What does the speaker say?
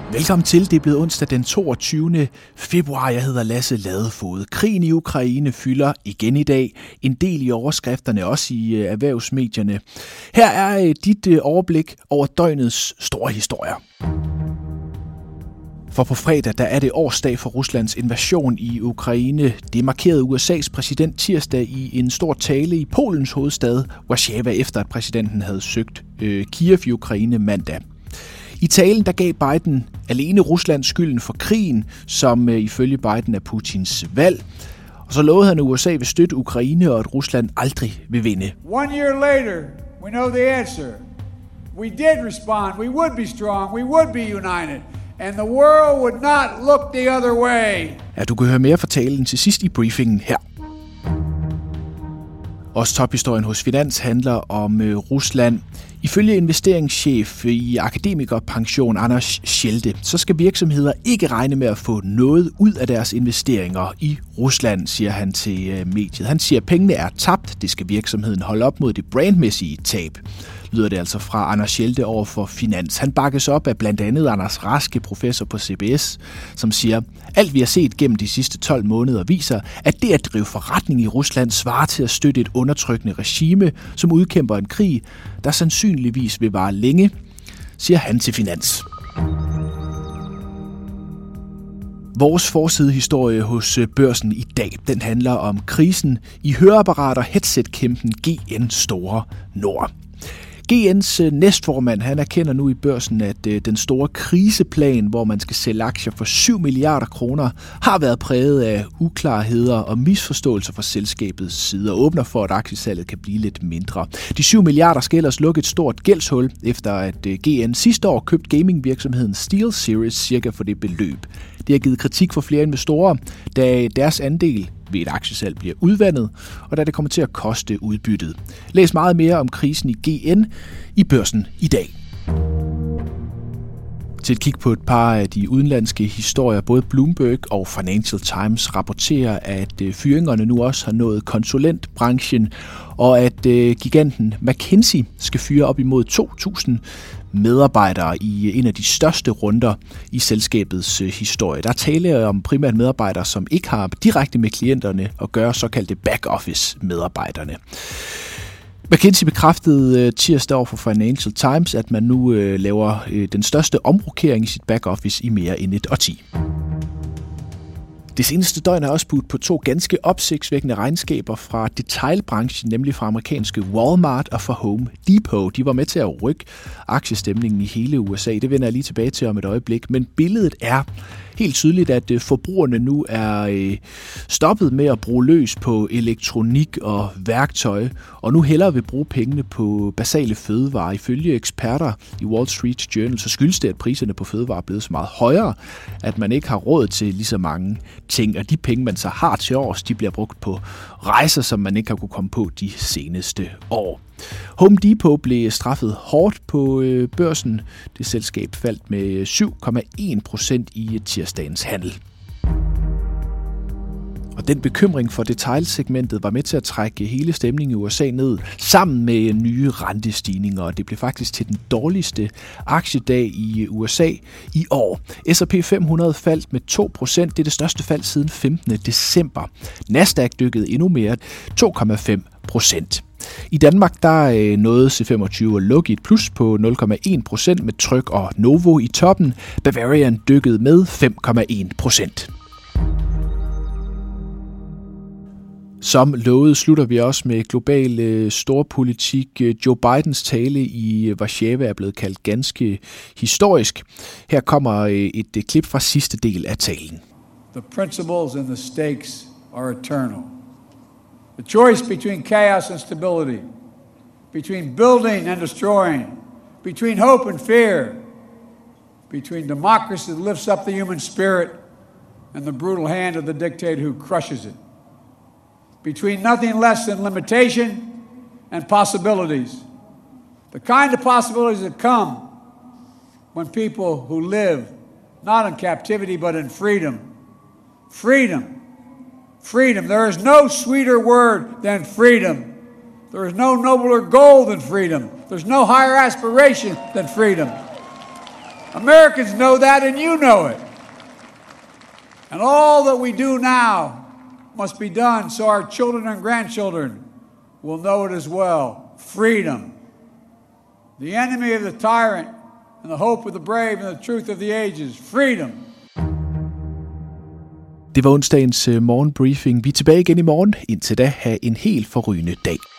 Velkommen til. Det er blevet onsdag den 22. februar. Jeg hedder Lasse Ladefoged. Krigen i Ukraine fylder igen i dag. En del i overskrifterne, også i erhvervsmedierne. Her er dit overblik over døgnets store historier. For på fredag, der er det årsdag for Ruslands invasion i Ukraine. Det markerede USA's præsident tirsdag i en stor tale i Polens hovedstad Warszawa, efter at præsidenten havde søgt Kiev i Ukraine mandag. I talen der gav Biden alene Rusland skylden for krigen, som ifølge Biden er Putins valg. Og så lovede han, at USA vil støtte Ukraine, og at Rusland aldrig vil vinde. 1 year later, we know the answer. We did respond. We would be strong. We would be united. And the world would not look the other way. Ja, du kan høre mere fra talen til sidst i briefingen her. Også tophistorien hos Finans handler om Rusland. Ifølge investeringschef i akademikerpension Anders Schelte, så skal virksomheder ikke regne med at få noget ud af deres investeringer i Rusland, siger han til mediet. Han siger, at pengene er tabt. Det skal virksomheden holde op mod det brandmæssige tab. Lyder det altså fra Anders Schelte over for Finans. Han bakkes op af blandt andet Anders Raske, professor på CBS, som siger, alt vi har set gennem de sidste 12 måneder viser, at det at drive forretning i Rusland svarer til at støtte et undertrykkende regime, som udkæmper en krig, der sandsynligvis vil vare længe, siger han til Finans. Vores forsidehistorie hos Børsen i dag, den handler om krisen i høreapparater headsetkæmpen GN Store Nord. GN's næstformand, han erkender nu i Børsen, at den store kriseplan, hvor man skal sælge aktier for 7 milliarder kroner, har været præget af uklarheder og misforståelser fra selskabets side og åbner for, at aktiesalget kan blive lidt mindre. De 7 milliarder skal ellers lukke et stort gældshul, efter at GN sidste år købte gamingvirksomheden SteelSeries cirka for det beløb. Det har givet kritik for flere investorer, da deres andel ved et aktiesalg bliver udvandet, og da det kommer til at koste udbyttet. Læs meget mere om krisen i GN i Børsen i dag. Til et kig på et par af de udenlandske historier, både Bloomberg og Financial Times rapporterer, at fyringerne nu også har nået konsulentbranchen, og at giganten McKinsey skal fyre op imod 2.000 medarbejdere i en af de største runder i selskabets historie. Der taler om primært medarbejdere, som ikke har direkte med klienterne at gøre, såkaldte back-office-medarbejderne. McKinsey bekræftede tirsdag over for Financial Times, at man nu laver den største omrokering i sit back-office i mere end et årti. Det seneste døgn har også budt på 2 ganske opsigtsvækkende regnskaber fra detailbranchen, nemlig fra amerikanske Walmart og fra Home Depot. De var med til at rykke aktiestemningen i hele USA. Det vender jeg lige tilbage til om et øjeblik. Men billedet er helt tydeligt, at forbrugerne nu er stoppet med at bruge løs på elektronik og værktøj, og nu hellere vil bruge pengene på basale fødevarer. Ifølge eksperter i Wall Street Journal, så skyldes det, at priserne på fødevarer er blevet så meget højere, at man ikke har råd til lige så mange ting, og de penge, man så har til års, de bliver brugt på rejser, som man ikke har kunne komme på de seneste år. Home Depot blev straffet hårdt på børsen. Det selskab faldt med 7,1% i tirsdagens handel. Og den bekymring for detailsegmentet var med til at trække hele stemningen i USA ned, sammen med nye rentestigninger, og det blev faktisk til den dårligste aktiedag i USA i år. S&P 500 faldt med 2%, det er det største fald siden 15. december. Nasdaq dykkede endnu mere, 2,5%. I Danmark der nåede C25 at lukke et plus på 0,1% med Tryg og Novo i toppen. Bavarian dykkede med 5,1%. Som lovet slutter vi også med global storpolitik. Joe Bidens tale i Warszawa er blevet kaldt ganske historisk. Her kommer et klip fra sidste del af talen. The principles and the stakes are eternal. The choice between chaos and stability, between building and destroying, between hope and fear, between democracy that lifts up the human spirit and the brutal hand of the dictator who crushes it. Between nothing less than limitation and possibilities. The kind of possibilities that come when people who live not in captivity but in freedom. Freedom. Freedom. There is no sweeter word than freedom. There is no nobler goal than freedom. There's no higher aspiration than freedom. Americans know that, and you know it. And all that we do now must be done so our children and grandchildren will know it as well. Freedom. The enemy of the tyrant, and the hope of the brave, and the truth of the ages. Freedom. Det var onsdagens morgenbriefing. Vi er tilbage igen i morgen. Indtil da, have en helt forrygende dag.